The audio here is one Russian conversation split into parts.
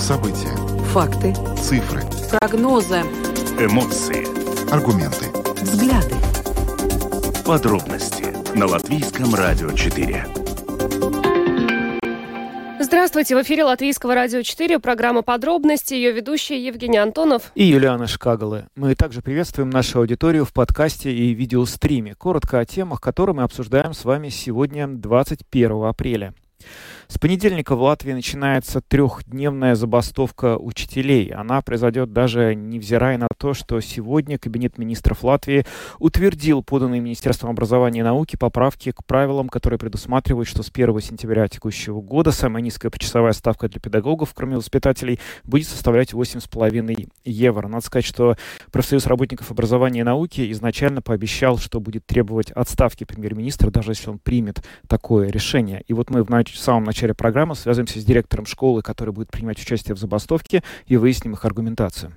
События. Факты. Цифры. Прогнозы. Эмоции. Аргументы. Взгляды. Подробности на Латвийском радио 4. Здравствуйте, в эфире Латвийского радио 4, программа «Подробности», ее ведущие Евгений Антонов и Юлиана Шкагалы. Мы также приветствуем нашу аудиторию в подкасте и видеостриме. Коротко о темах, которые мы обсуждаем с вами сегодня, 21 апреля. С понедельника в Латвии начинается трехдневная забастовка учителей. Она произойдет даже невзирая на то, что сегодня Кабинет министров Латвии утвердил поданные Министерством образования и науки поправки к правилам, которые предусматривают, что с 1 сентября текущего года самая низкая почасовая ставка для педагогов, кроме воспитателей, будет составлять 8,5 евро. Надо сказать, что профсоюз работников образования и науки изначально пообещал, что будет требовать отставки премьер-министра, даже если он примет такое решение. И вот мы в самом начале программы связываемся с директором школы, который будет принимать участие в забастовке, и выясним их аргументацию.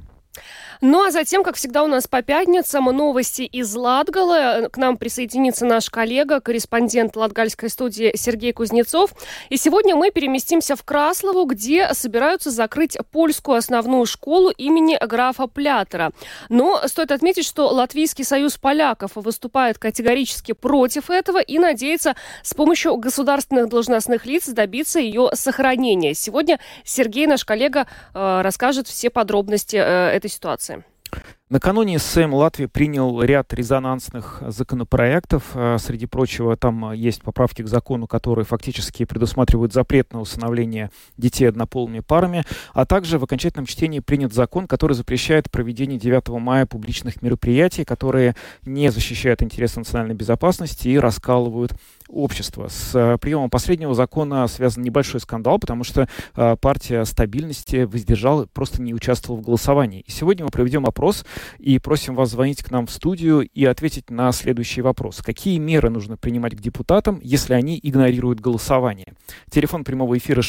Ну а затем, как всегда, у нас по пятницам новости из Латгалы. К нам присоединится наш коллега, корреспондент латгальской студии Сергей Кузнецов. И сегодня мы переместимся в Краслову, где собираются закрыть польскую основную школу имени графа Плятера. Но стоит отметить, что Латвийский союз поляков выступает категорически против этого и надеется с помощью государственных должностных лиц добиться ее сохранения. Сегодня Сергей, наш коллега, расскажет все подробности этой ситуации. Накануне Сейм Латвии принял ряд резонансных законопроектов. Среди прочего, там есть поправки к закону, которые фактически предусматривают запрет на усыновление детей однополыми парами, а также в окончательном чтении принят закон, который запрещает проведение 9 мая публичных мероприятий, которые не защищают интересы национальной безопасности и раскалывают общество. С приемом последнего закона связан небольшой скандал, потому что партия стабильности воздержала, просто не участвовала в голосовании. И сегодня мы проведем опрос и просим вас звонить к нам в студию и ответить на следующий вопрос. Какие меры нужно принимать к депутатам, если они игнорируют голосование? Телефон прямого эфира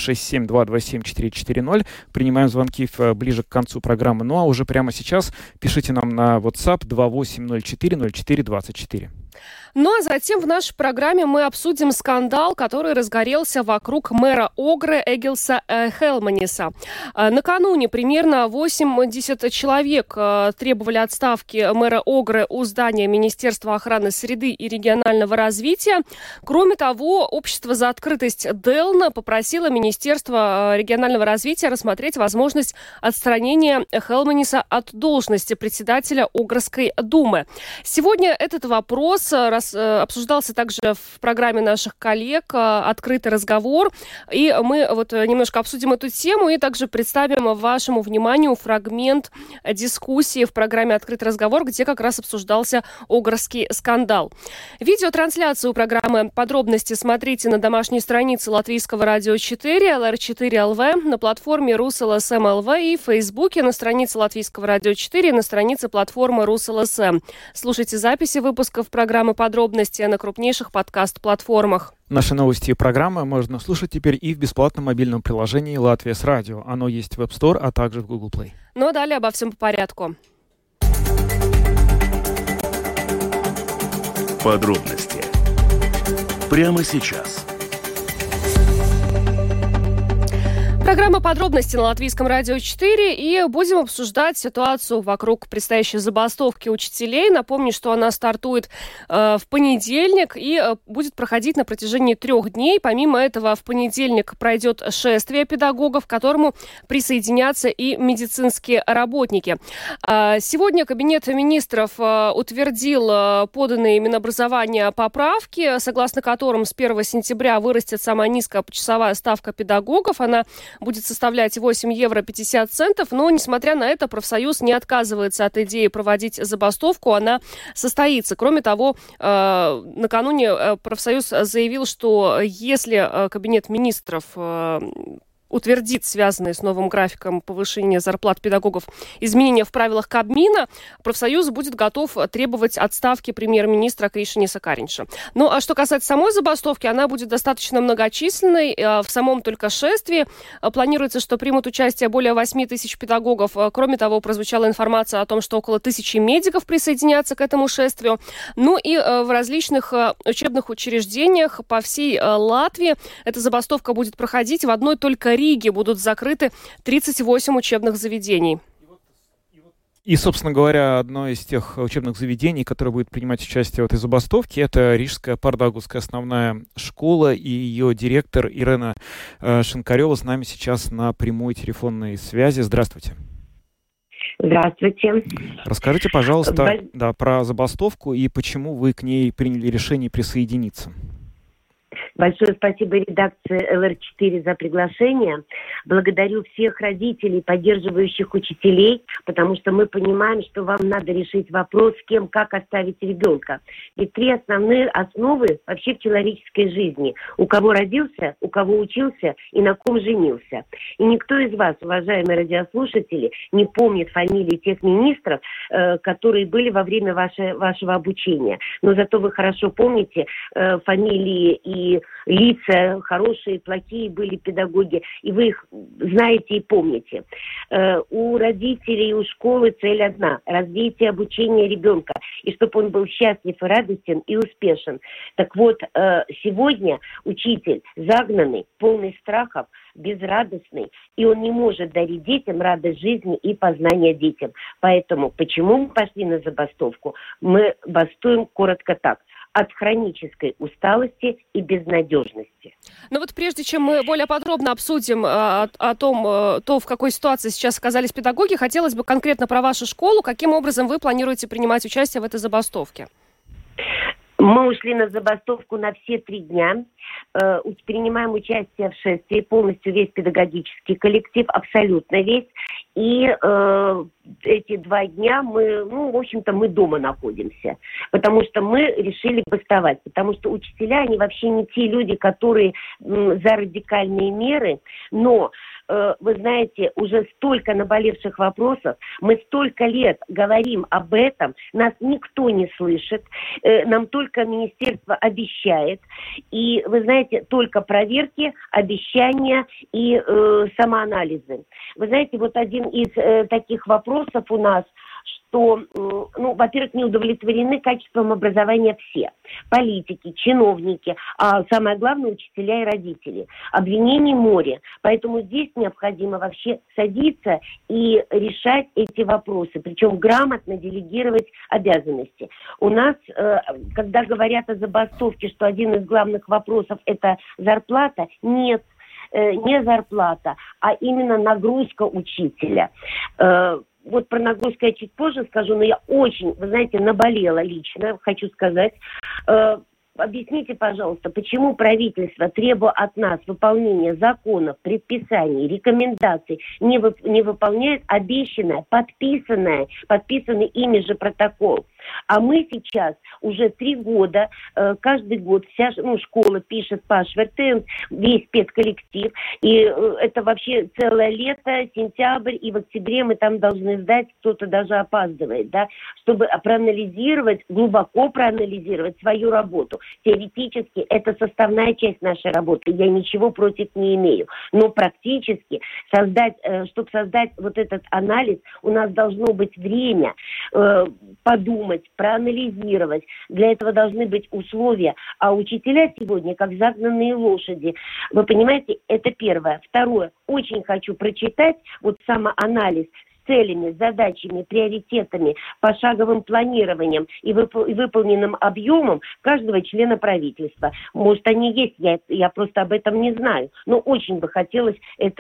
67227-440. Принимаем звонки ближе к концу программы. Ну а уже прямо сейчас пишите нам на WhatsApp 28040424. Ну а затем в нашей программе мы обсудим скандал, который разгорелся вокруг мэра Огры Эгилса Хелманиса. Накануне примерно 80 человек требовали отставки мэра Огры у здания Министерства охраны среды и регионального развития. Кроме того, общество за открытость Делна попросило Министерство регионального развития рассмотреть возможность отстранения Хелманиса от должности председателя Огрской думы. Сегодня этот вопрос обсуждался также в программе наших коллег «Открытый разговор». И мы вот немножко обсудим эту тему и также представим вашему вниманию фрагмент дискуссии в программе «Открытый разговор», где как раз обсуждался Огрский скандал. Видеотрансляцию программы «Подробности» смотрите на домашней странице Латвийского радио 4, LR4LV, на платформе RusLSM.LV и в Фейсбуке, на странице Латвийского радио 4, на странице платформы RusLSM. Слушайте записи выпусков программы «Подробности» на крупнейших подкаст-платформах. Наши новости и программы можно слушать теперь и в бесплатном мобильном приложении «Латвия с радио». Оно есть в App Store, а также в Google Play. Ну а далее обо всем по порядку. Подробности прямо сейчас. Программа «Подробности» на Латвийском радио 4, и будем обсуждать ситуацию вокруг предстоящей забастовки учителей. Напомню, что она стартует в понедельник и будет проходить на протяжении 3 дней. Помимо этого, в понедельник пройдет шествие педагогов, к которому присоединятся и медицинские работники. Сегодня Кабинет министров утвердил поданные Минобразования поправки, согласно которым с 1 сентября вырастет самая низкая почасовая ставка педагогов. Она будет составлять 8 евро 50 центов, но, несмотря на это, профсоюз не отказывается от идеи проводить забастовку, она состоится. Кроме того, накануне профсоюз заявил, что если Кабинет министров утвердит связанные с новым графиком повышения зарплат педагогов изменения в правилах Кабмина, профсоюз будет готов требовать отставки премьер-министра Кришиниса Каринша. Ну, а что касается самой забастовки, она будет достаточно многочисленной. В самом только шествии планируется, что примут участие более 8 тысяч педагогов. Кроме того, прозвучала информация о том, что около 1000 медиков присоединятся к этому шествию. Ну и в различных учебных учреждениях по всей Латвии эта забастовка будет проходить. В одной только Риге будут закрыты 38 учебных заведений. И, собственно говоря, одно из тех учебных заведений, которое будет принимать участие в этой забастовке, это Рижская Пардагусская основная школа, и ее директор Ирена Шинкарева с нами сейчас на прямой телефонной связи. Здравствуйте. Здравствуйте. Расскажите, пожалуйста, про забастовку и почему вы к ней приняли решение присоединиться. Большое спасибо редакции ЛР4 за приглашение. Благодарю всех родителей, поддерживающих учителей, потому что мы понимаем, что вам надо решить вопрос, с кем, как оставить ребенка. Ведь 3 основные основы вообще в человеческой жизни. У кого родился, у кого учился и на ком женился. И никто из вас, уважаемые радиослушатели, не помнит фамилии тех министров, которые были во время вашего обучения. Но зато вы хорошо помните фамилии и лица, хорошие, плохие были педагоги, и вы их знаете и помните. У родителей, у школы цель одна – развитие обучения ребенка, и чтобы он был счастлив и радостен и успешен. Так вот, сегодня учитель загнанный, полный страхов, безрадостный, и он не может дарить детям радость жизни и познания детям. Поэтому почему мы пошли на забастовку? Мы бастуем коротко так: от хронической усталости и безнадежности. Но вот прежде чем мы более подробно обсудим о том, в какой ситуации сейчас оказались педагоги, хотелось бы конкретно про вашу школу. Каким образом вы планируете принимать участие в этой забастовке? Мы ушли на забастовку на все 3 дня. Принимаем участие в шествии, полностью весь педагогический коллектив, абсолютно весь. И эти 2 дня мы, в общем-то, мы дома находимся. Потому что мы решили бастовать. Потому что учителя, они вообще не те люди, которые за радикальные меры. Но вы знаете, уже столько наболевших вопросов, мы столько лет говорим об этом, нас никто не слышит, нам только министерство обещает, и, вы знаете, только проверки, обещания и самоанализы. Вы знаете, вот один из таких вопросов у нас, что, во-первых, не удовлетворены качеством образования все. Политики, чиновники, а самое главное, учителя и родители. Обвинений море. Поэтому здесь необходимо вообще садиться и решать эти вопросы. Причем грамотно делегировать обязанности. У нас, когда говорят о забастовке, что один из главных вопросов – это зарплата, нет. Не зарплата, а именно нагрузка учителя. Вот про нагрузку я чуть позже скажу, но я очень, вы знаете, наболела лично, хочу сказать. Объясните, пожалуйста, почему правительство, требуя от нас выполнения законов, предписаний, рекомендаций, не выполняет обещанное, подписанный ими же протокол? А мы сейчас уже 3 года, каждый год вся школа пишет пашвертен, весь педколлектив, и это вообще целое лето, сентябрь, и в октябре мы там должны сдать, кто-то даже опаздывает, да, чтобы проанализировать, глубоко проанализировать свою работу. Теоретически это составная часть нашей работы, я ничего против не имею, но практически чтобы создать вот этот анализ, у нас должно быть время подумать, проанализировать. Для этого должны быть условия. А учителя сегодня как загнанные лошади. Вы понимаете, это первое. Второе. Очень хочу прочитать вот самоанализ с целями, задачами, приоритетами, пошаговым планированием и выполненным объемом каждого члена правительства. Может, они есть, я просто об этом не знаю. Но очень бы хотелось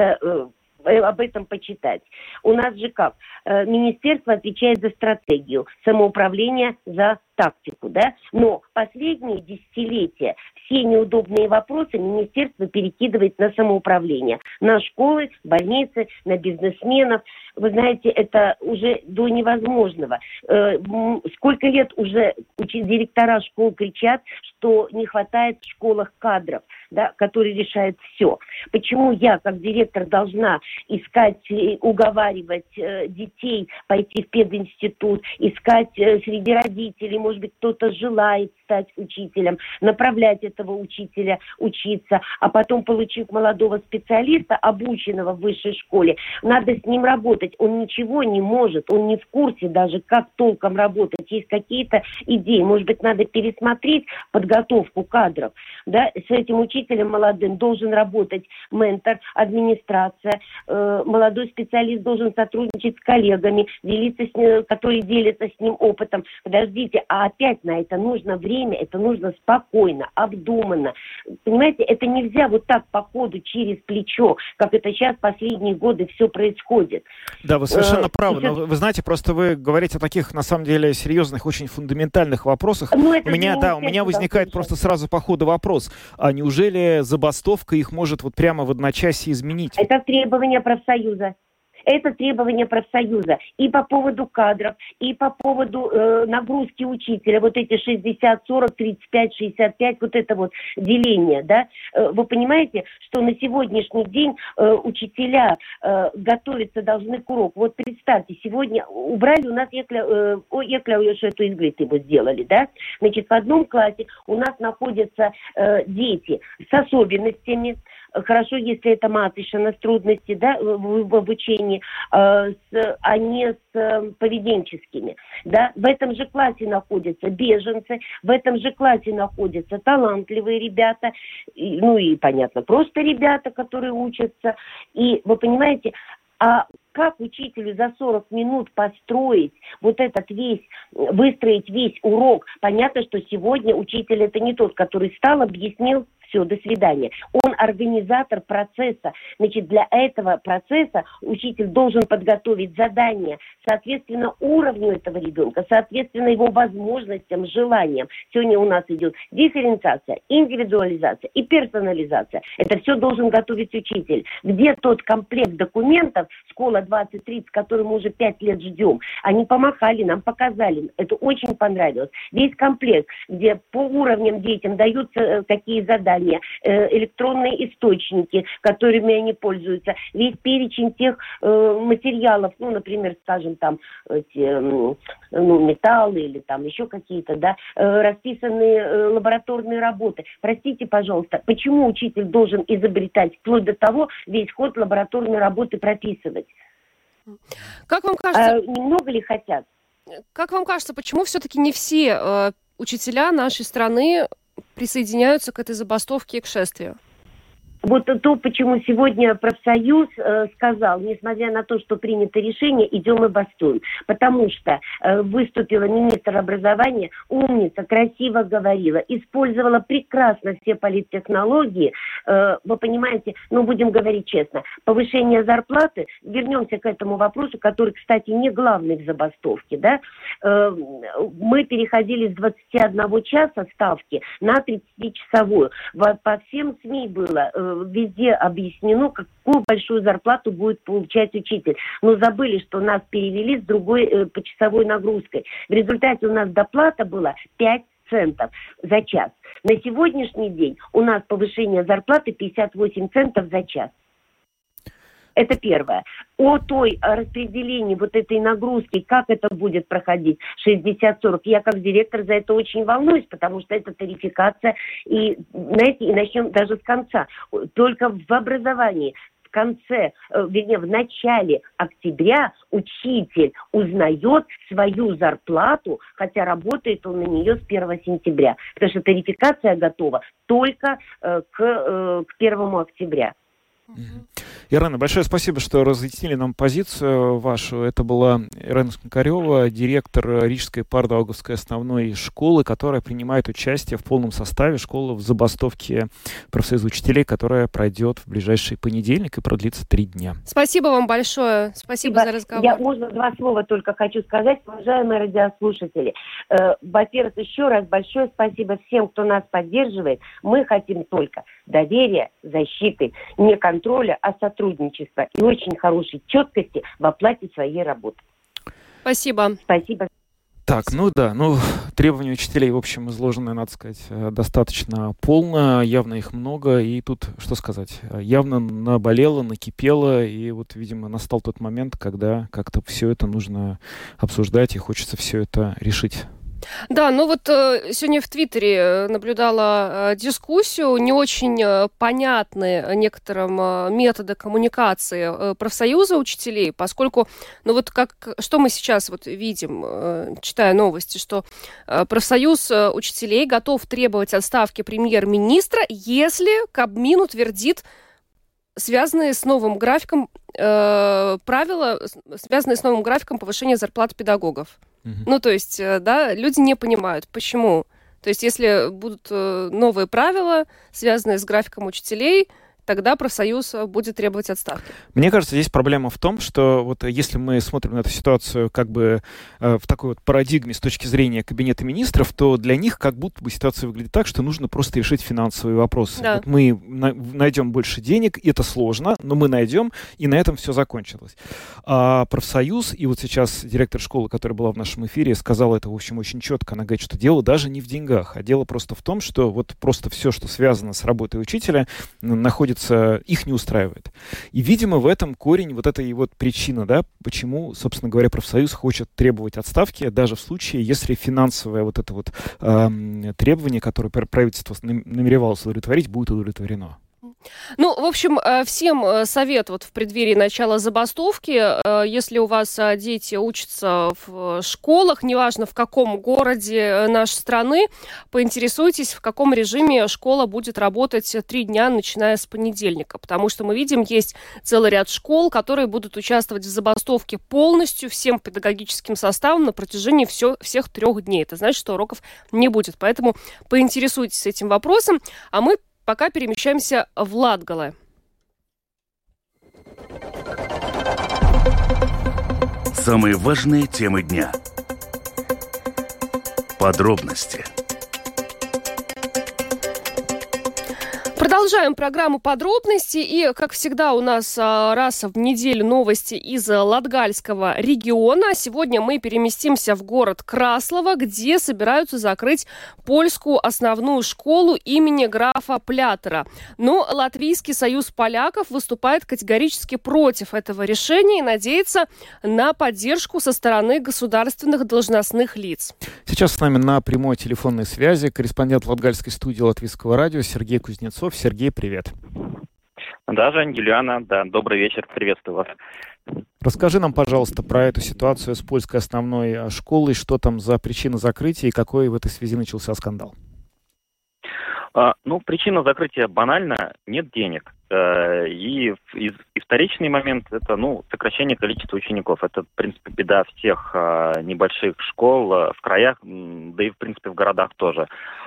об этом почитать. У нас же как? Министерство отвечает за стратегию, самоуправление за тактику, да? Но последние десятилетия все неудобные вопросы министерство перекидывает на самоуправление. На школы, больницы, на бизнесменов. Вы знаете, это уже до невозможного. Сколько лет уже директора школ кричат, что не хватает в школах кадров, да, которые решают все. Почему я, как директор, должна искать, уговаривать детей пойти в пединститут, искать среди родителей, может быть, кто-то желает стать учителем, направлять этого учителя учиться, а потом, получив молодого специалиста, обученного в высшей школе, надо с ним работать. Он ничего не может, он не в курсе даже, как толком работать. Есть какие-то идеи, может быть, надо пересмотреть подготовку кадров. Да? С этим учителем молодым должен работать ментор, администрация, молодой специалист должен сотрудничать с коллегами, делиться с ним, которые делятся с ним опытом. Подождите, а опять на это нужно время, это нужно спокойно, обдуманно. Понимаете, это нельзя вот так по ходу через плечо, как это сейчас последние годы все происходит. Да, вы совершенно правы. Но вы знаете, просто вы говорите о таких, на самом деле, серьезных, очень фундаментальных вопросах. У меня возникает просто сразу по ходу вопрос. А неужели забастовка их может вот прямо в одночасье изменить? Это требование профсоюза. Это требование профсоюза и по поводу кадров, и по поводу нагрузки учителя. Вот эти 60, 40, 35, 65, вот это вот деление, да. Вы понимаете, что на сегодняшний день учителя готовиться должны к уроку. Вот представьте, сегодня убрали у нас эту изглитыбу сделали, да. Значит, в одном классе у нас находятся дети с особенностями. Хорошо, если это матышина с трудностями, да, в обучении, а не с поведенческими. Да. В этом же классе находятся беженцы, в этом же классе находятся талантливые ребята, и, понятно, просто ребята, которые учатся. И вы понимаете, а как учителю за 40 минут построить выстроить весь урок? Понятно, что сегодня учитель это не тот, который встал, объяснил, все, до свидания. Он организатор процесса. Значит, для этого процесса учитель должен подготовить задания соответственно уровню этого ребенка, соответственно его возможностям, желаниям. Сегодня у нас идет дифференциация, индивидуализация и персонализация. Это все должен готовить учитель. Где тот комплект документов, школа 2030, который мы уже 5 лет ждем? Они помахали нам, показали. Это очень понравилось. Весь комплект, где по уровням детям даются какие задания, электронные источники, которыми они пользуются, весь перечень тех материалов, например, скажем, там металлы или там еще какие-то, да, расписанные лабораторные работы. Простите, пожалуйста, почему учитель должен изобретать, вплоть до того, весь ход лабораторной работы прописывать? Как вам кажется... Немного ли хотят? Как вам кажется, почему все-таки не все учителя нашей страны присоединяются к этой забастовке и к шествию? Вот то, почему сегодня профсоюз сказал, несмотря на то, что принято решение, идем и бастуем. Потому что выступила министр образования, умница, красиво говорила, использовала прекрасно все политтехнологии. Вы понимаете, будем говорить честно, повышение зарплаты, вернемся к этому вопросу, который, кстати, не главный в забастовке, да? Мы переходили с 21 часа ставки на 30-часовую. По всем СМИ было везде объяснено, какую большую зарплату будет получать учитель. Но забыли, что нас перевели с другой почасовой нагрузкой. В результате у нас доплата была 5 центов за час. На сегодняшний день у нас повышение зарплаты 58 центов за час. Это первое. О той распределении вот этой нагрузки, как это будет проходить, 60-40, я как директор за это очень волнуюсь, потому что это тарификация. И, знаете, и начнем даже с конца. Только в образовании в начале октября учитель узнает свою зарплату, хотя работает он на нее с 1 сентября. Потому что тарификация готова только к 1 октября. Ирена, большое спасибо, что разъяснили нам позицию вашу. Это была Ирена Сканкарева, директор Рижской Пардауговской основной школы, которая принимает участие в полном составе школы в забастовке профсоюза учителей, которая пройдет в ближайший понедельник и продлится 3 дня. Спасибо вам большое. Спасибо за разговор. Я, можно, 2 слова только хочу сказать, уважаемые радиослушатели. Во-первых, еще раз большое спасибо всем, кто нас поддерживает. Мы хотим только доверия, защиты, не контроля, а сотрудничества и очень хорошей четкости в оплате своей работы. Спасибо. Спасибо. Так, требования учителей, в общем, изложены, надо сказать, достаточно полно, явно их много, и тут, что сказать, явно наболело, накипело, и вот, видимо, настал тот момент, когда как-то все это нужно обсуждать, и хочется все это решить Да, ну вот сегодня в Твиттере наблюдала дискуссию, не очень понятные некоторым методы коммуникации профсоюза учителей, поскольку, ну вот что мы сейчас вот видим, читая новости, что профсоюз учителей готов требовать отставки премьер-министра, если Кабмин утвердит связанные с новым графиком правила, связанные с новым графиком повышения зарплат педагогов. Ну, то есть, да, люди не понимают, почему. То есть, если будут новые правила, связанные с графиком учителей, тогда профсоюз будет требовать отставки. Мне кажется, здесь проблема в том, что вот если мы смотрим на эту ситуацию как бы в такой вот парадигме с точки зрения кабинета министров, то для них как будто бы ситуация выглядит так, что нужно просто решить финансовые вопросы. Да. Вот мы найдем больше денег, и это сложно, но мы найдем, и на этом все закончилось. А профсоюз, и вот сейчас директор школы, которая была в нашем эфире, сказала это, в общем, очень четко. Она говорит, что дело даже не в деньгах, а дело просто в том, что вот просто все, что связано с работой учителя, находится, их не устраивает. И, видимо, в этом корень, вот эта и вот причина, да, почему, собственно говоря, профсоюз хочет требовать отставки, даже в случае, если финансовое вот это вот требование, которое правительство намеревалось удовлетворить, будет удовлетворено. Ну, в общем, всем совет вот в преддверии начала забастовки, если у вас дети учатся в школах, неважно в каком городе нашей страны, поинтересуйтесь, в каком режиме школа будет работать 3 дня, начиная с понедельника, потому что мы видим, есть целый ряд школ, которые будут участвовать в забастовке полностью, всем педагогическим составом на протяжении всех 3 дней. Это значит, что уроков не будет, поэтому поинтересуйтесь этим вопросом, а мы пока перемещаемся в Латгале. Самые важные темы дня. Подробности. Продолжаем программу «Подробности». И, как всегда, у нас раз в неделю новости из Латгальского региона. Сегодня мы переместимся в город Краслово, где собираются закрыть польскую основную школу имени графа Плятера. Но Латвийский союз поляков выступает категорически против этого решения и надеется на поддержку со стороны государственных должностных лиц. Сейчас с нами на прямой телефонной связи корреспондент Латгальской студии Латвийского радио Сергей Кузнецов. Сергей, привет. Да, Жень, Юлиана, да, добрый вечер, приветствую вас. Расскажи нам, пожалуйста, про эту ситуацию с польской основной школой, что там за причина закрытия и какой в этой связи начался скандал. Причина закрытия банальна, нет денег. И вторичный момент – это, сокращение количества учеников. Это, в принципе, беда всех небольших школ в краях, да и, в принципе, в городах тоже.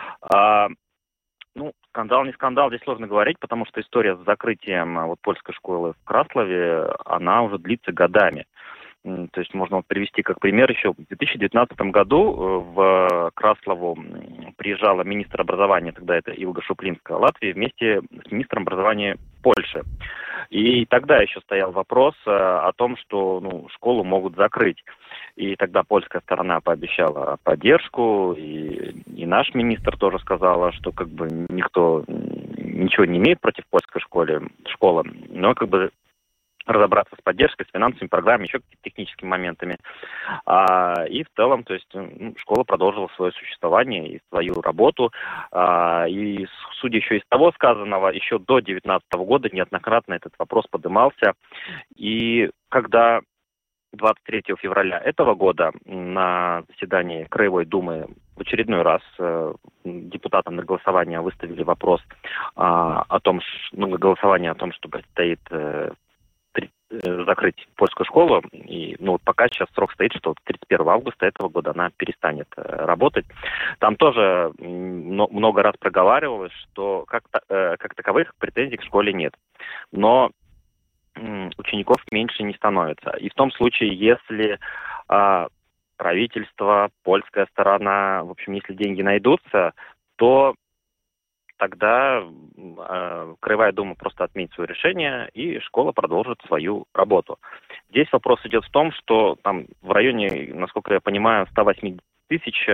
Скандал, не скандал, здесь сложно говорить, потому что история с закрытием польской школы в Краслове, она уже длится годами. То есть можно привести как пример еще. В 2019 году в Краслову приезжала министр образования, тогда это Илга Шуплинская, Латвии, вместе с министром образования Польши. И тогда еще стоял вопрос о том, что школу могут закрыть. И тогда польская сторона пообещала поддержку, и наш министр тоже сказала, что никто ничего не имеет против польской школы, но разобраться с поддержкой, с финансовыми программами, еще какими-то техническими моментами. И в целом, то есть, школа продолжила свое существование и свою работу. И судя еще из того сказанного, еще до 2019 года неоднократно этот вопрос поднимался. И когда 23 февраля этого года на заседании Краевой Думы в очередной раз депутатам на голосование выставили вопрос о том, что предстоит закрыть польскую школу. И пока сейчас срок стоит, что 31 августа этого года она перестанет работать. Там тоже много раз проговаривалось, что как таковых претензий к школе нет. Но учеников меньше не становится. И в том случае, если правительство, польская сторона, в общем, если деньги найдутся, то тогда Краевая Дума просто отменит свое решение, и школа продолжит свою работу. Здесь вопрос идет в том, что там в районе, насколько я понимаю, 180 тысяч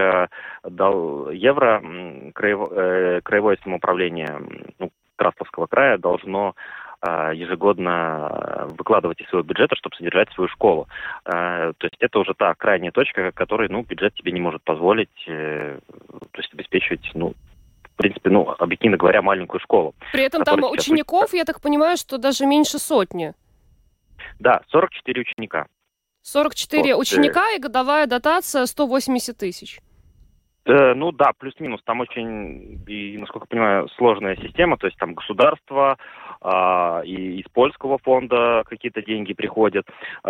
евро краевое самоуправление Красловского края должно ежегодно выкладывать из своего бюджета, чтобы содержать свою школу. То есть это уже та крайняя точка, которой бюджет тебе не может позволить, то есть обеспечивать, в принципе, объективно говоря, маленькую школу. При этом там учеников, я так понимаю, что даже меньше сотни. Да, 44 ученика. 44 ученика и годовая дотация 180 тысяч. Да, плюс-минус. Там очень, насколько я понимаю, сложная система. То есть там государство и из польского фонда какие-то деньги приходят.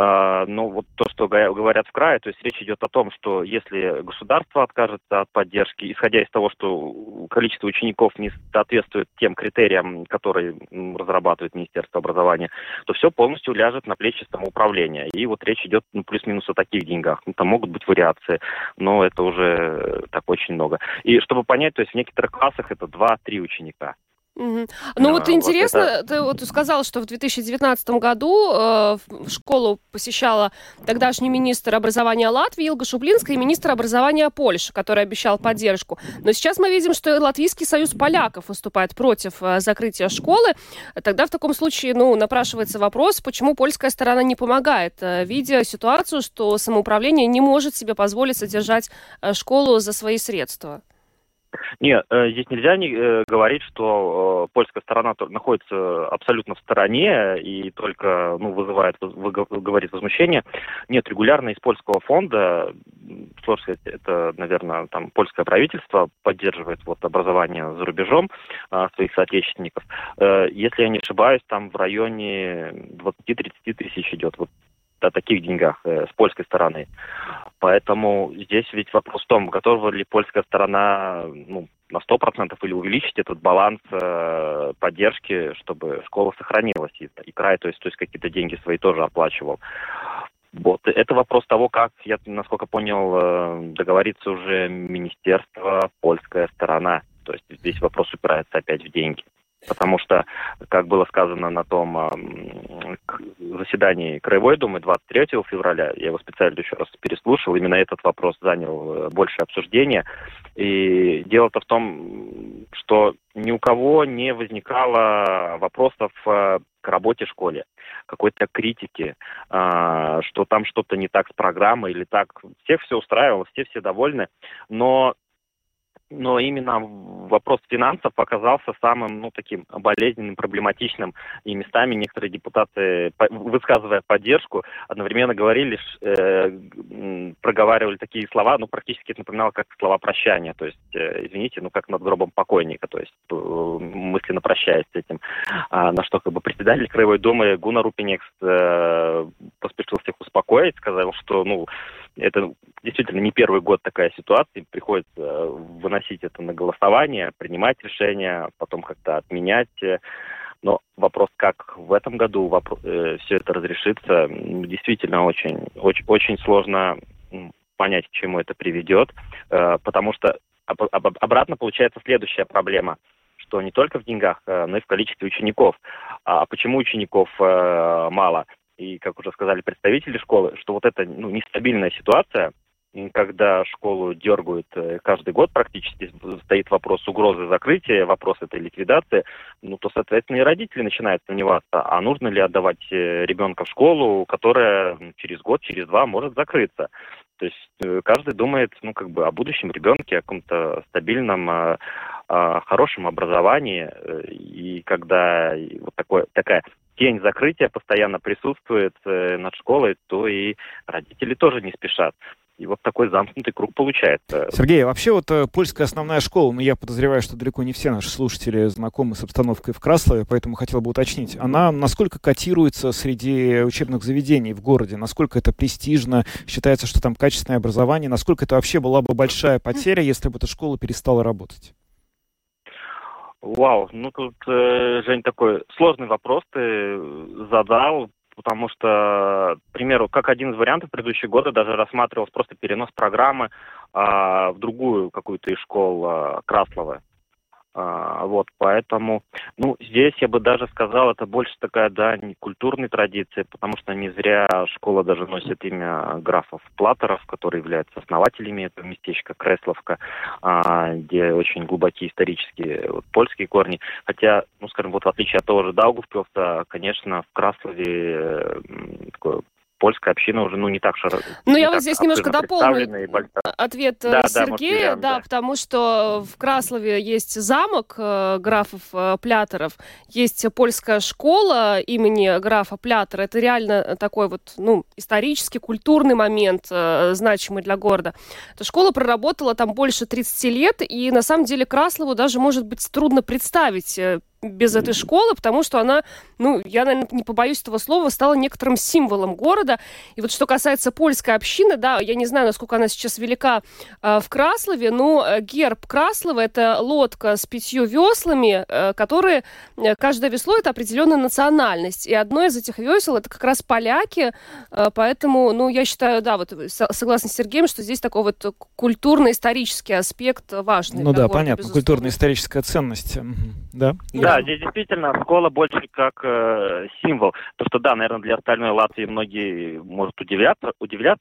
Но вот то, что говорят в крае, то есть речь идет о том, что если государство откажется от поддержки, исходя из того, что количество учеников не соответствует тем критериям, которые разрабатывает Министерство образования, то все полностью ляжет на плечи самоуправления. И вот речь идет плюс-минус о таких деньгах. Там могут быть вариации, но это уже так очень много. И чтобы понять, то есть в некоторых классах это 2-3 ученика. Угу. Интересно, ты сказал, что в 2019 году в школу посещала тогдашний министр образования Латвии Илга Шублинская и министр образования Польши, который обещал поддержку. Но сейчас мы видим, что Латвийский союз поляков выступает против закрытия школы. Тогда в таком случае, напрашивается вопрос, почему польская сторона не помогает, видя ситуацию, что самоуправление не может себе позволить содержать школу за свои средства. Нет, здесь нельзя говорить, что польская сторона находится абсолютно в стороне и только говорит возмущение. Нет, регулярно из польского фонда, сложно сказать, это, наверное, там польское правительство поддерживает образование за рубежом своих соотечественников. Если я не ошибаюсь, там в районе 20-30 тысяч идет о таких деньгах с польской стороны. Поэтому здесь ведь вопрос в том, готова ли польская сторона на 100% или увеличить этот баланс поддержки, чтобы школа сохранилась. И край, то есть какие-то деньги свои тоже оплачивал. Это вопрос того, как, я, насколько понял, договорится уже министерство, польская сторона. То есть здесь вопрос упирается опять в деньги. Потому что, как было сказано на том заседании Краевой Думы 23 февраля, я его специально еще раз переслушал, именно этот вопрос занял большее обсуждение. И дело-то в том, что ни у кого не возникало вопросов к работе в школе, какой-то критики, что там что-то не так с программой или так. Всех все устраивало, все довольны, но именно вопрос финансов оказался самым, таким болезненным, проблематичным. И местами некоторые депутаты, высказывая поддержку, одновременно проговаривали такие слова, практически это напоминало как слова прощания. То есть, извините, как над гробом покойника. То есть, мысленно прощаясь с этим. На что председатель Краевой Думы Гуннар Рупинекс поспешил всех успокоить, сказал, что, это действительно не первый год такая ситуация, приходится выносить это на голосование, принимать решения, потом как-то отменять. Но вопрос, как в этом году все это разрешится, действительно очень, очень, очень сложно понять, к чему это приведет, потому что обратно получается следующая проблема, что не только в деньгах, но и в количестве учеников. А почему учеников мало? И, как уже сказали представители школы, что это нестабильная ситуация, когда школу дергают каждый год практически, стоит вопрос угрозы закрытия, вопрос этой ликвидации, то, соответственно, и родители начинают сомневаться, а нужно ли отдавать ребенка в школу, которая через год, через два может закрыться. То есть каждый думает, о будущем ребенке, о каком-то стабильном, хорошем образовании, и когда такая тень закрытия постоянно присутствует над школой, то и родители тоже не спешат. И такой замкнутый круг получается. Сергей, вообще польская основная школа, я подозреваю, что далеко не все наши слушатели знакомы с обстановкой в Краслове, поэтому хотел бы уточнить, она насколько котируется среди учебных заведений в городе? Насколько это престижно? Считается, что там качественное образование? Насколько это вообще была бы большая потеря, если бы эта школа перестала работать? Вау, тут, Жень, такой сложный вопрос ты задал, потому что, к примеру, как один из вариантов предыдущего года даже рассматривался просто перенос программы в другую какую-то из школ Краслова. Вот, поэтому, здесь я бы даже сказал, это больше такая, не культурная традиция, потому что не зря школа даже носит имя графов Платеров, которые являются основателями этого местечка Кресловка, где очень глубокие исторические польские корни. Хотя, скажем, в отличие от того же Даугавпилса, конечно, в Краслове такое польская община уже, не так широко. Я вот здесь немножко дополню ответ Сергея, потому что в Краслове есть замок графов Плятеров, есть польская школа имени графа Плятера. Это реально такой исторический, культурный момент, значимый для города. Эта школа проработала там больше 30 лет, и на самом деле Краслову даже, может быть, трудно представить без этой школы, потому что она, я, наверное, не побоюсь этого слова, стала некоторым символом города. И вот что касается польской общины, я не знаю, насколько она сейчас велика в Краслове, но герб Краслова — это лодка с 5 веслами, которые, каждое весло — это определенная национальность. И одно из этих весел — это как раз поляки, поэтому, я считаю, согласна с Сергеем, что здесь такой культурно-исторический аспект важный для города, понятно, безусловно. Культурно-историческая ценность, Да, здесь действительно школа больше как символ. То, что, наверное, для остальной Латвии многие могут удивляться,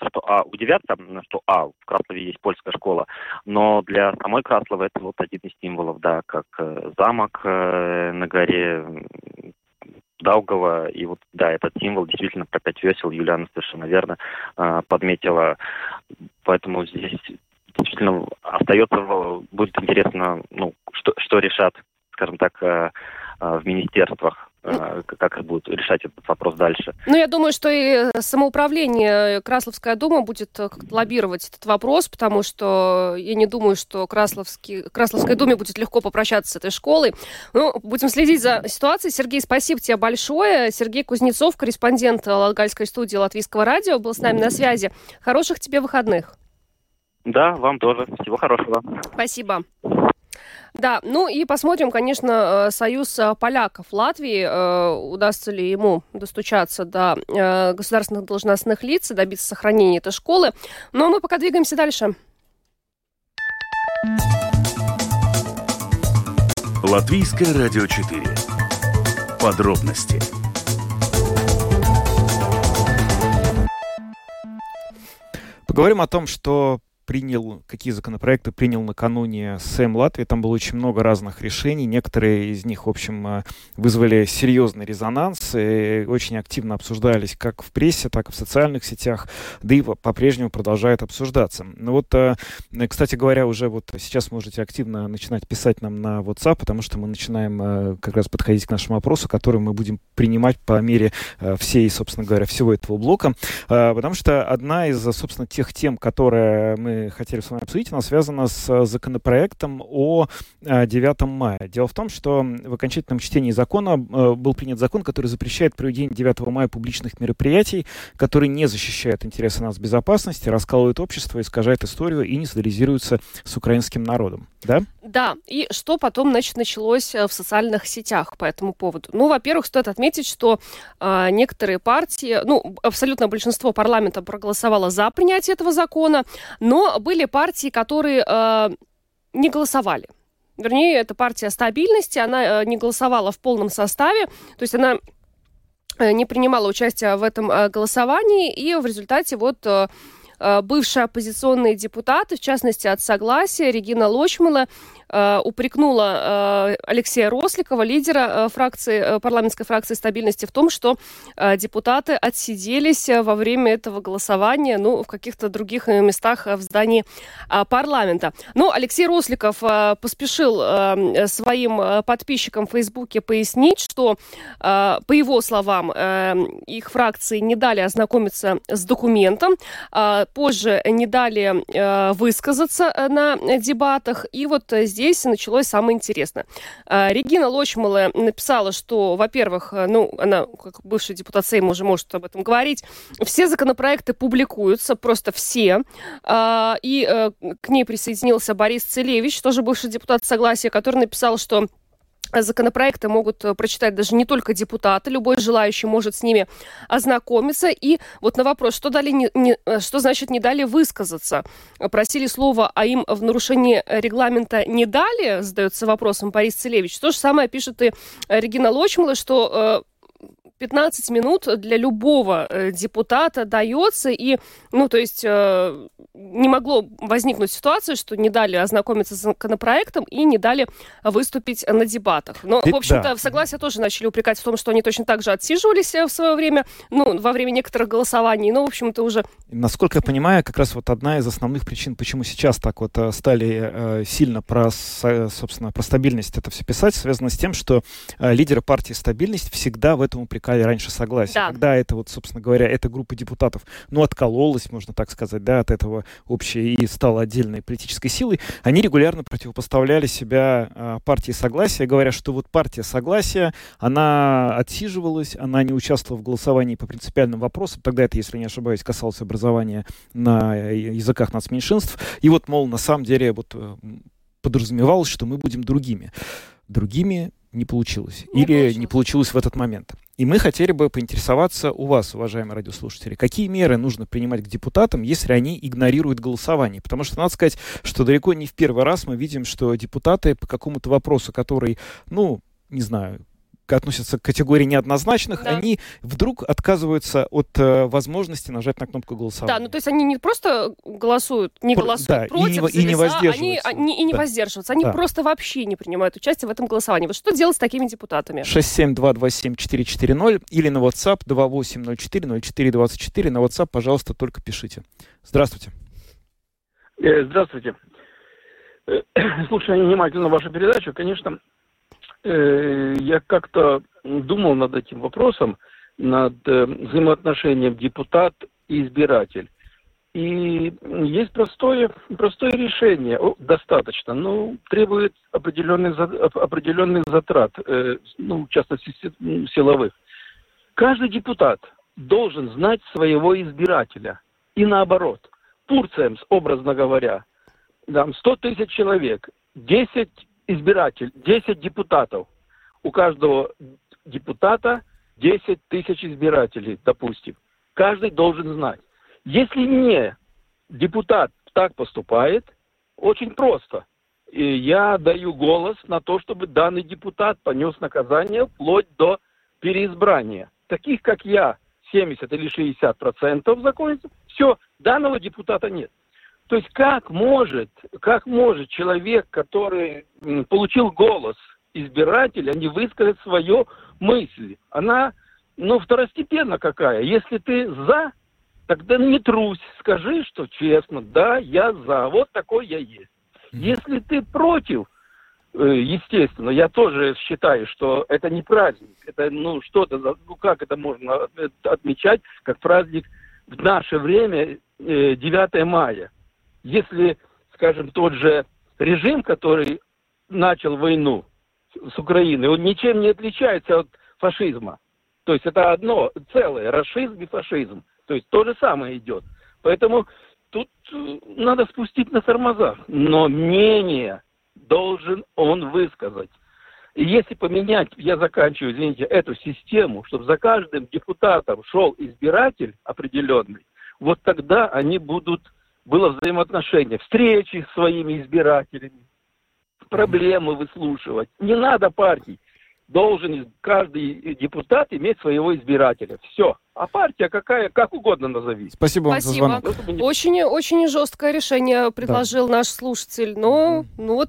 что в Краслове есть польская школа, но для самой Красловы это один из символов, как замок на горе Даугава, и этот символ действительно про 5 весел Юлиана совершенно верно подметила, поэтому здесь действительно будет интересно, что решат, скажем так, в министерствах, как будут решать этот вопрос дальше. Я думаю, что и самоуправление Красловская дума будет как-то лоббировать этот вопрос, потому что я не думаю, что Красловской думе будет легко попрощаться с этой школой. Будем следить за ситуацией. Сергей, спасибо тебе большое. Сергей Кузнецов, корреспондент Латгальской студии Латвийского радио, был с нами на связи. Хороших тебе выходных. Да, вам тоже. Всего хорошего. Спасибо. И посмотрим, конечно, союз поляков Латвии, удастся ли ему достучаться до государственных должностных лиц и добиться сохранения этой школы. Но мы пока двигаемся дальше. Латвийское радио 4. Подробности. Поговорим о том, какие законопроекты принял накануне Сейм Латвии. Там было очень много разных решений. Некоторые из них, в общем, вызвали серьезный резонанс и очень активно обсуждались как в прессе, так и в социальных сетях, да и по-прежнему продолжают обсуждаться. Кстати говоря, уже сейчас можете активно начинать писать нам на WhatsApp, потому что мы начинаем как раз подходить к нашему опросу, который мы будем принимать по мере всего этого блока. Потому что одна из, собственно, тех тем, которые мы хотели с вами обсудить, она связана с законопроектом о 9 мая. Дело в том, что в окончательном чтении закона был принят закон, который запрещает проведение 9 мая публичных мероприятий, которые не защищают интересы нацбезопасности, раскалывают общество, искажают историю и не солидаризируются с украинским народом. Да? Да, и что потом, началось в социальных сетях по этому поводу? Во-первых, стоит отметить, что некоторые партии, абсолютное большинство парламента проголосовало за принятие этого закона, но были партии, которые не голосовали. Вернее, это партия стабильности, она не голосовала в полном составе, то есть она не принимала участие в этом голосовании, и в результате бывшие оппозиционные депутаты, в частности, от Согласия, Регина Лочмала, упрекнула Алексея Росликова, лидера парламентской фракции стабильности, в том, что депутаты отсиделись во время этого голосования, в каких-то других местах в здании парламента. Но Алексей Росликов поспешил своим подписчикам в Фейсбуке пояснить, что, по его словам, их фракции не дали ознакомиться с документом, позже не дали высказаться на дебатах, и здесь началось самое интересное. Регина Лочмала написала, что, во-первых, она, как бывший депутат Сейма, уже может об этом говорить, все законопроекты публикуются, просто все. И к ней присоединился Борис Целевич, тоже бывший депутат Согласия, который написал, что законопроекты могут прочитать даже не только депутаты, любой желающий может с ними ознакомиться. И вот на вопрос, что значит не дали высказаться? Просили слова, а им в нарушении регламента не дали, задается вопросом Борис Целевич. То же самое пишет и Регина Лочмала, что 15 минут для любого депутата дается, и, не могло возникнуть ситуация, что не дали ознакомиться с законопроектом и не дали выступить на дебатах. Но, в общем-то, в Согласие тоже начали упрекать в том, что они точно так же отсиживались в свое время, во время некоторых голосований, в общем-то, уже... Насколько я понимаю, как раз вот одна из основных причин, почему сейчас так вот стали сильно про стабильность это все писать, связано с тем, что лидеры партии «Стабильность» всегда в этом упрекали раньше Согласие. Да. Когда это вот, собственно говоря, эта группа депутатов, откололась, можно так сказать, да, от этого общей и стала отдельной политической силой, они регулярно противопоставляли себя партии Согласия, говоря, что вот партия Согласия, она отсиживалась, она не участвовала в голосовании по принципиальным вопросам, тогда это, если не ошибаюсь, касалось образования на языках нацменьшинств, и вот, мол, на самом деле вот подразумевалось, что мы будем другими. Другими не получилось. Не получилось в этот момент. И мы хотели бы поинтересоваться у вас, уважаемые радиослушатели, какие меры нужно принимать к депутатам, если они игнорируют голосование. Потому что надо сказать, что далеко не в первый раз мы видим, что депутаты по какому-то вопросу, который, относятся к категории неоднозначных, да, они вдруг отказываются от возможности нажать на кнопку голосования. Да, то есть они не просто голосуют против, и не воздерживаются. Они не воздерживаются, они просто вообще не принимают участие в этом голосовании. Вот что делать с такими депутатами? 67227-440 или на WhatsApp 2804-04-24. На WhatsApp, пожалуйста, только пишите. Здравствуйте. Здравствуйте. Слушаю внимательно вашу передачу. Конечно, я как-то думал над этим вопросом, над взаимоотношением депутат и избиратель. И есть простое решение, достаточно, но требует определенных затрат, в частности силовых. Каждый депутат должен знать своего избирателя. И наоборот. Турция, образно говоря, 100 тысяч человек, 10 избирателей, 10 депутатов. У каждого депутата 10 тысяч избирателей, допустим. Каждый должен знать. Если не депутат так поступает, очень просто. И я даю голос на то, чтобы данный депутат понес наказание вплоть до переизбрания. Таких, как я, 70 или 60% закончится, все, данного депутата нет. То есть как может человек, который получил голос избирателя, не высказать свою мысль? Она, второстепенно какая. Если ты за, тогда не трусь, скажи, что честно, да, я за, вот такой я есть. Если ты против, естественно, я тоже считаю, что это не праздник, это как это можно отмечать, как праздник в наше время 9 мая. Если, скажем, тот же режим, который начал войну с Украиной, он ничем не отличается от фашизма. То есть это одно целое, расизм и фашизм. То есть то же самое идет. Поэтому тут надо спустить на тормозах. Но мнение должен он высказать. И если поменять, я заканчиваю, извините, эту систему, чтобы за каждым депутатом шел избиратель определенный, вот тогда было взаимоотношение, встречи с своими избирателями, проблемы выслушивать. Не надо партий. Должен каждый депутат иметь своего избирателя. Все. А партия какая, как угодно назови. Спасибо вам за звонок. Очень, очень жесткое решение предложил наш слушатель. Но,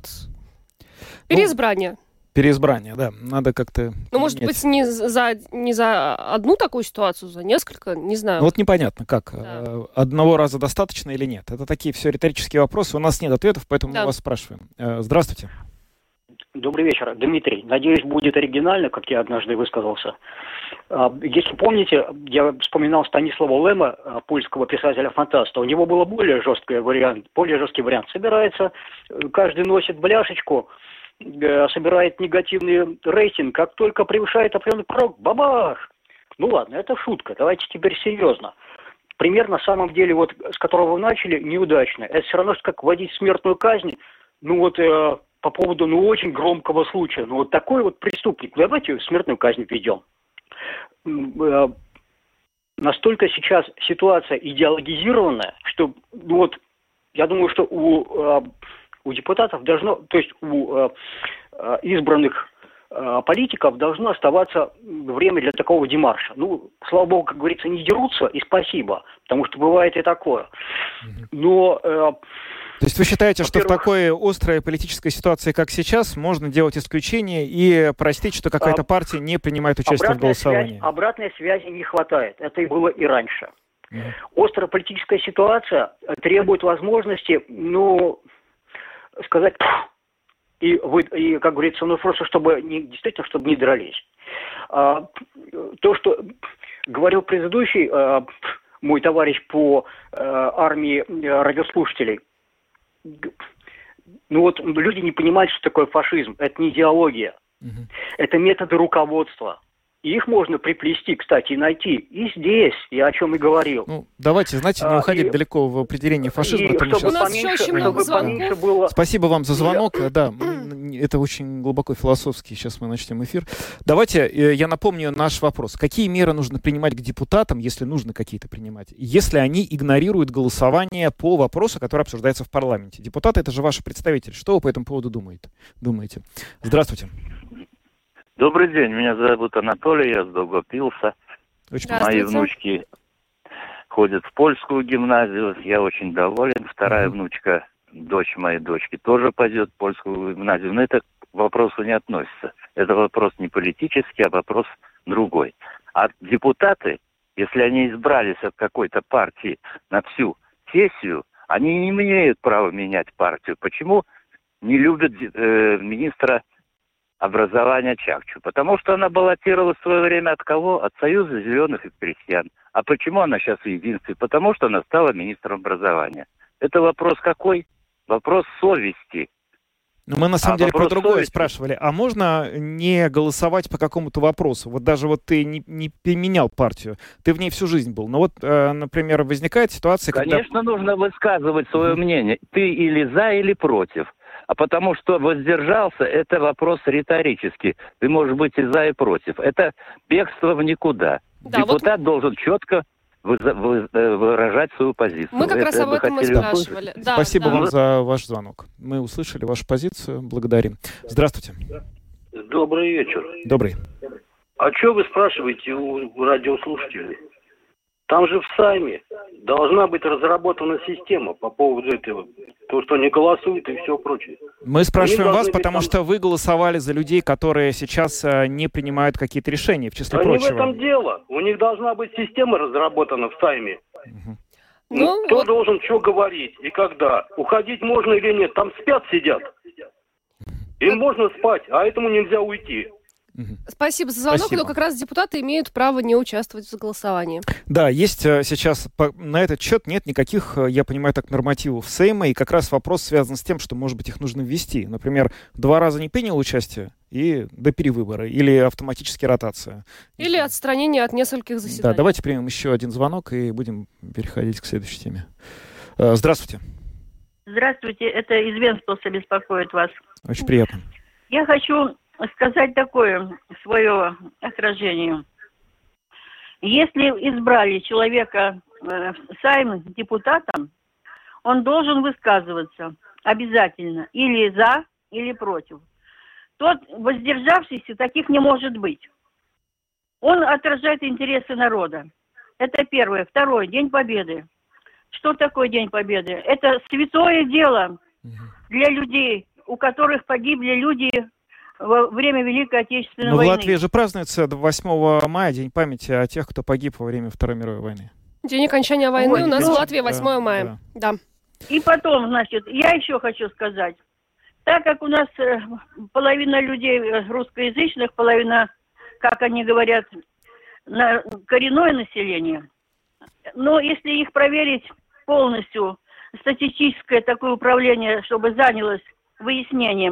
переизбрание. Переизбрание, да. Надо как-то... может быть, не за одну такую ситуацию, за несколько, не знаю. Непонятно, как. Да. Одного раза достаточно или нет? Это такие все риторические вопросы. У нас нет ответов, поэтому мы вас спрашиваем. Здравствуйте. Добрый вечер, Дмитрий. Надеюсь, будет оригинально, как я однажды высказался. Если помните, я вспоминал Станислава Лема, польского писателя-фантаста. У него был более жесткий вариант. Собирается, каждый носит бляшечку, собирает негативный рейтинг, как только превышает определенный порог, бабах! Ладно, это шутка, давайте теперь серьезно. Пример на самом деле, с которого вы начали, неудачно. Это все равно, что как вводить смертную казнь, по поводу, очень громкого случая. Вот такой вот преступник, давайте смертную казнь введем. Настолько сейчас ситуация идеологизированная, что я думаю, что у депутатов должно, то есть у избранных политиков должно оставаться время для такого демарша. Слава богу, как говорится, не дерутся, и спасибо, потому что бывает и такое. Но... То есть вы считаете, что в такой острой политической ситуации, как сейчас, можно делать исключение и простить, что какая-то партия не принимает участие в голосовании? Обратной связи не хватает. Это и было и раньше. Острая политическая ситуация требует возможности, сказать... И, как говорится, просто чтобы не дрались. То, что говорил предыдущий мой товарищ по армии радиослушателей, люди не понимают, что такое фашизм. Это не идеология. Это методы руководства. И их можно приплести, кстати, и найти и здесь, я о чем и говорил. Давайте, не уходить далеко в определение фашизма. У нас еще очень много звонков. Спасибо вам за звонок. Да, это очень глубоко философский. Сейчас мы начнем эфир. Давайте, я напомню наш вопрос. Какие меры нужно принимать к депутатам, если нужно какие-то принимать, если они игнорируют голосование по вопросу, который обсуждается в парламенте? Депутаты — это же ваши представители. Что вы по этому поводу думаете? Здравствуйте. Добрый день, меня зовут Анатолий, я с Долгопилса. Мои внучки ходят в польскую гимназию, я очень доволен. Вторая внучка, дочь моей дочки, тоже пойдет в польскую гимназию. Но это к вопросу не относится. Это вопрос не политический, а вопрос другой. А депутаты, если они избрались от какой-то партии на всю сессию, они не имеют права менять партию. Почему не любят министра образования Чакчу? Потому что она баллотировалась в свое время от кого? От Союза зеленых и крестьян. А почему она сейчас в единстве? Потому что она стала министром образования. Это вопрос какой? Вопрос совести. Мы на самом деле про другое спрашивали. А можно не голосовать по какому-то вопросу? Даже ты не поменял партию, ты в ней всю жизнь был. Но например, возникает ситуация, Конечно, нужно высказывать свое мнение. Ты или за, или против. А потому что воздержался, это вопрос риторический. Ты можешь быть и за, и против. Это бегство в никуда. Да, депутат должен четко выражать свою позицию. Мы как раз об этом и спрашивали. Да, спасибо вам за ваш звонок. Мы услышали вашу позицию. Благодарим. Здравствуйте. Добрый вечер. Добрый. А что вы спрашиваете у радиослушателей? Там же в Сайме должна быть разработана система по поводу этого. То, что они голосуют и все прочее. Мы спрашиваем вас, потому что вы голосовали за людей, которые сейчас не принимают какие-то решения, в числе прочего. Не в этом дело. У них должна быть система разработана в Сайме. Кто должен что говорить и когда? Уходить можно или нет? Там спят, сидят. Им можно спать, а этому нельзя уйти. Спасибо за звонок, но как раз депутаты имеют право не участвовать в голосовании. Да, есть сейчас на этот счет нет никаких, я понимаю, так нормативов Сейма, и как раз вопрос связан с тем, что, может быть, их нужно ввести. Например, 2 раза не принял участие и до перевыбора, или автоматически ротация. Или отстранение от нескольких заседаний. Да, давайте примем еще один звонок и будем переходить к следующей теме. Здравствуйте. Здравствуйте, это из Венспилса беспокоит вас. Очень приятно. Я хочу сказать такое свое отражение. Если избрали человека в Сайм депутатом, он должен высказываться обязательно или за, или против. Тот воздержавшийся, таких не может быть. Он отражает интересы народа. Это первое. Второе. День Победы. Что такое День Победы? Это святое дело для людей, у которых погибли люди во время Великой Отечественной войны. Но в Латвии же празднуется 8 мая День памяти о тех, кто погиб во время Второй мировой войны. День окончания войны у нас в Латвии 8 мая. Да. И потом, значит, я еще хочу сказать. Так как у нас половина людей русскоязычных, половина, как они говорят, коренное население, но если их проверить полностью, статистическое такое управление, чтобы занялось выяснением,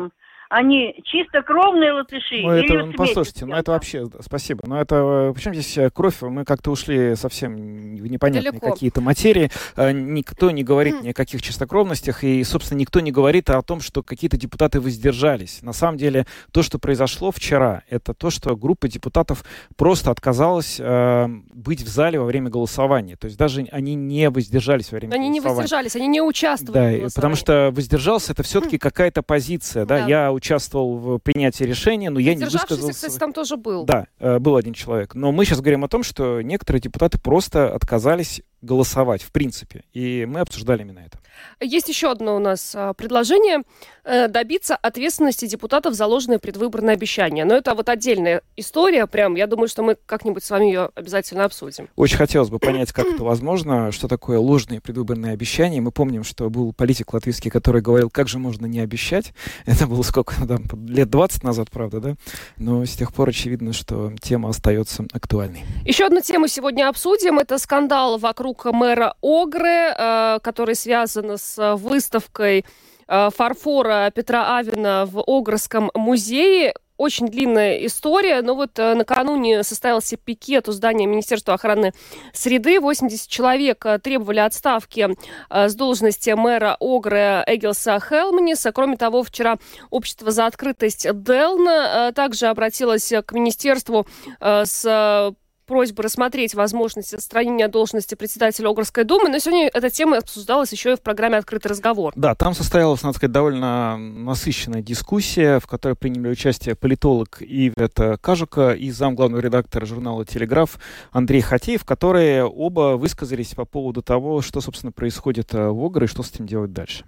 Они чистокровные латыши? Ну, это, послушайте, это вообще, спасибо. Но это, причем здесь кровь? Мы как-то ушли совсем в непонятные какие-то материи. Никто не говорит ни о каких чистокровностях, и, собственно, никто не говорит о том, что какие-то депутаты воздержались. На самом деле, то, что произошло вчера, это то, что группа депутатов просто отказалась быть в зале во время голосования. То есть даже они не воздержались во время голосования. Они не воздержались, они не участвовали. Да, потому что воздержался — это все-таки какая-то позиция. Да? Я участвовал в принятии решения, но я не высказался. Кстати, там тоже был. Да, был один человек. Но мы сейчас говорим о том, что некоторые депутаты просто отказались голосовать, в принципе. И мы обсуждали именно это. Есть еще одно у нас предложение добиться ответственности депутатов за ложные предвыборные обещания. Но это вот отдельная история, прям. Я думаю, что мы как-нибудь с вами ее обязательно обсудим. Очень хотелось бы понять, как это возможно, что такое ложные предвыборные обещания. Мы помним, что был политик латвийский, который говорил, как же можно не обещать. Это было сколько, там, лет 20 назад, правда, да? Но с тех пор очевидно, что тема остается актуальной. Еще одну тему сегодня обсудим. Это скандал вокруг мэра Огры, который связан с выставкой фарфора Петра Авина в Огрском музее. Очень длинная история, но вот накануне состоялся пикет у здания Министерства охраны среды. 80 человек требовали отставки с должности мэра Огры Эгилса Хелманиса. Кроме того, вчера общество «За открытость» Делна также обратилось к министерству с просьбы рассмотреть возможность отстранения должности председателя Огрской думы. Но сегодня эта тема обсуждалась еще и в программе «Открытый разговор». Да, там состоялась, надо сказать, довольно насыщенная дискуссия, в которой приняли участие политолог Ивета Кажука и замглавного редактора журнала «Телеграф» Андрей Хатеев, которые оба высказались по поводу того, что, собственно, происходит в Огре и что с этим делать дальше.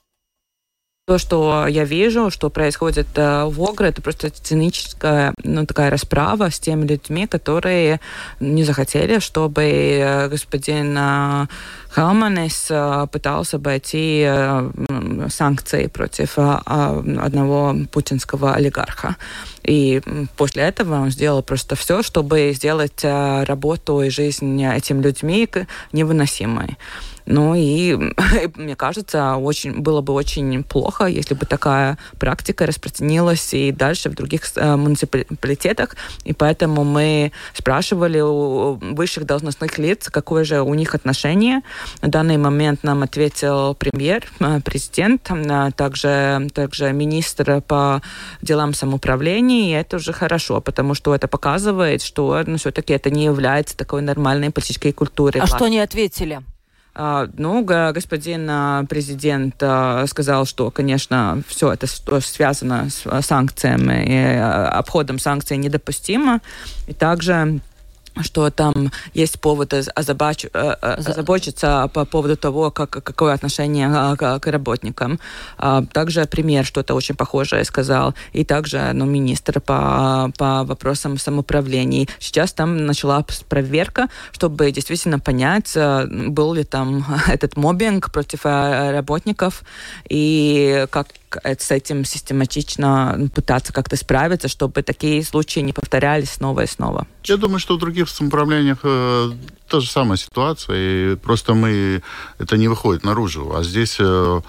То, что я вижу, что происходит в Огре, это просто циническая, такая расправа с теми людьми, которые не захотели, чтобы господин Хелманис пытался обойти санкции против одного путинского олигарха. И после этого он сделал просто все, чтобы сделать работу и жизнь этим людьми невыносимой. Ну и мне кажется, было бы очень плохо, если бы такая практика распространилась и дальше в других муниципалитетах. И поэтому мы спрашивали у высших должностных лиц, какое же у них отношение. На данный момент нам ответил премьер, президент, также министр по делам самоуправления. И это уже хорошо, потому что это показывает, что все-таки это не является такой нормальной политической культурой. А что они ответили? Господин президент сказал, что, конечно, все это, что связано с санкциями и обходом санкций, недопустимо. И также что там есть повод озабочиться по поводу того, какое отношение к работникам. Также премьер что-то очень похожее сказал. И также министр по вопросам самоуправления. Сейчас там началась проверка, чтобы действительно понять, был ли там этот моббинг против работников и как с этим систематично пытаться как-то справиться, чтобы такие случаи не повторялись снова и снова. Я думаю, что в других самоуправлениях та же самая ситуация, и просто это не выходит наружу. А здесь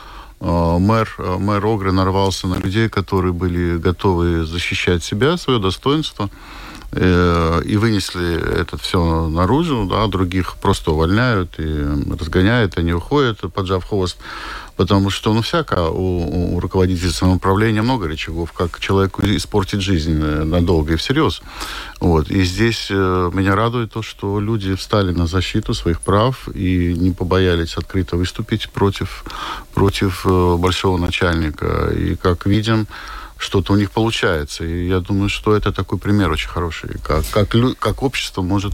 мэр Огры нарвался на людей, которые были готовы защищать себя, свое достоинство, и вынесли это все наружу, да, других просто увольняют и разгоняют, они уходят, поджав хвост. Потому что, всяко у руководителя самоуправления много рычагов, как человеку испортить жизнь надолго и всерьез. И здесь меня радует то, что люди встали на защиту своих прав и не побоялись открыто выступить против большого начальника. И, как видим, что-то у них получается. И я думаю, что это такой пример очень хороший, как общество может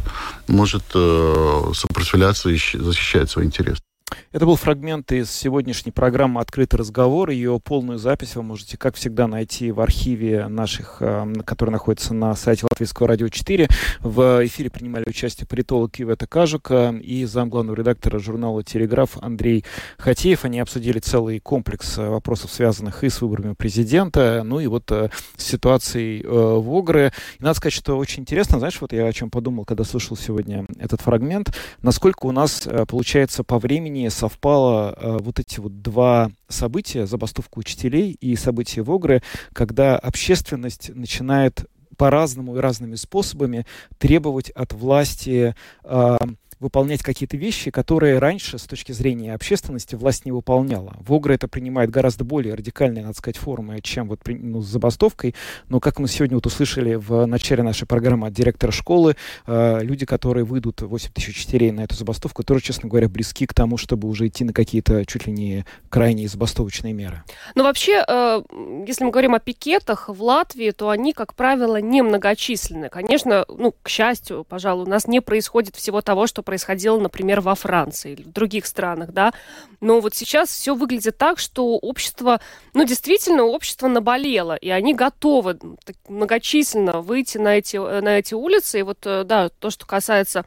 сопротивляться и защищать свои интересы. Это был фрагмент из сегодняшней программы «Открытый разговор». Ее полную запись вы можете, как всегда, найти в архиве наших, который находится на сайте Латвийского радио 4. В эфире принимали участие политолог Ивета Кажука и замглавного редактора журнала «Телеграф» Андрей Хатеев. Они обсудили целый комплекс вопросов, связанных и с выборами президента, с ситуацией в Огре. И надо сказать, что очень интересно, знаешь, я о чем подумал, когда слушал сегодня этот фрагмент, насколько у нас получается по времени совпало вот эти вот два события, забастовку учителей и события в Огре, когда общественность начинает по-разному и разными способами требовать от власти выполнять какие-то вещи, которые раньше, с точки зрения общественности, власть не выполняла. В Огре это принимает гораздо более радикальные, надо сказать, формы, чем вот, с забастовкой. Но, как мы сегодня вот услышали в начале нашей программы от директора школы, люди, которые выйдут 8 тысяч учителей на эту забастовку, тоже, честно говоря, близки к тому, чтобы уже идти на какие-то чуть ли не крайние забастовочные меры. Но вообще, если мы говорим о пикетах в Латвии, то они, как правило, немногочисленны. Конечно, к счастью, пожалуй, у нас не происходит всего того, что происходило, например, во Франции или в других странах, да. Но вот сейчас все выглядит так, что общество, действительно, общество наболело, и они готовы многочисленно выйти на эти улицы. И вот, да, то, что касается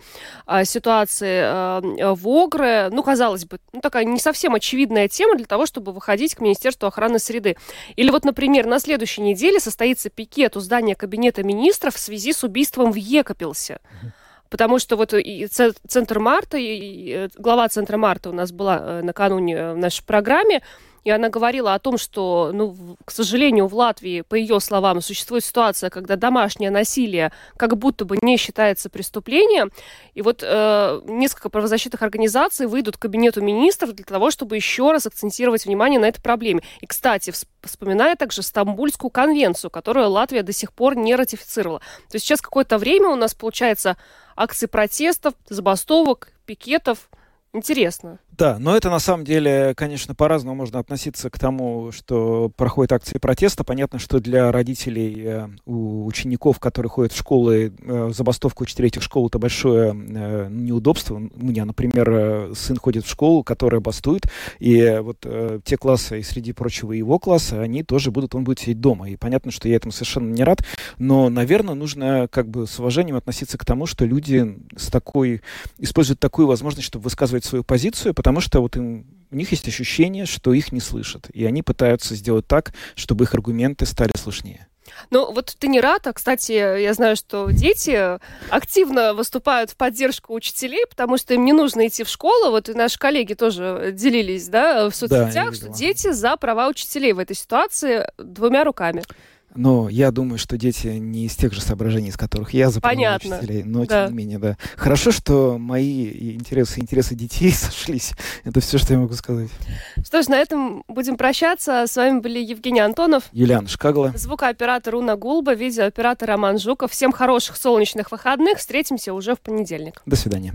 ситуации в Огре, казалось бы, такая не совсем очевидная тема для того, чтобы выходить к Министерству охраны среды. Или вот, например, на следующей неделе состоится пикет у здания Кабинета министров в связи с убийством в Екапелсе. Потому что вот и Центр Марта, и глава Центра Марта у нас была накануне в нашей программе, и она говорила о том, что, к сожалению, в Латвии, по ее словам, существует ситуация, когда домашнее насилие как будто бы не считается преступлением. И вот несколько правозащитных организаций выйдут к Кабинету министров для того, чтобы еще раз акцентировать внимание на этой проблеме. И, кстати, вспоминая также Стамбульскую конвенцию, которую Латвия до сих пор не ратифицировала. То есть сейчас какое-то время у нас, получается, акций протестов, забастовок, пикетов. Интересно. Да, но это на самом деле, конечно, по-разному можно относиться к тому, что проходят акции протеста. Понятно, что для родителей, у учеников, которые ходят в школы, забастовка учителей этих школ — это большое неудобство. У меня, например, сын ходит в школу, которая бастует, и вот те классы, и среди прочего его класса, они тоже он будет сидеть дома. И понятно, что я этому совершенно не рад, но, наверное, нужно с уважением относиться к тому, что люди используют такую возможность, чтобы высказывать свою позицию, потому что у них есть ощущение, что их не слышат. И они пытаются сделать так, чтобы их аргументы стали слышнее. Вот ты не рад, а, кстати, я знаю, что дети активно выступают в поддержку учителей, потому что им не нужно идти в школу. Вот и наши коллеги тоже делились, в соцсетях, что дети за права учителей в этой ситуации двумя руками. Но я думаю, что дети не из тех же соображений, из которых я за права учителей. Но, тем не менее, да. Хорошо, что мои интересы и интересы детей сошлись. Это все, что я могу сказать. Что ж, на этом будем прощаться. С вами были Евгений Антонов, Юлиана Шкагла, звукооператор Уна Гулба, видеооператор Роман Жуков. Всем хороших солнечных выходных. Встретимся уже в понедельник. До свидания.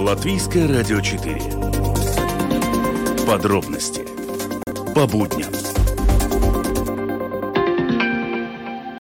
Латвийское радио 4. Подробности по будням.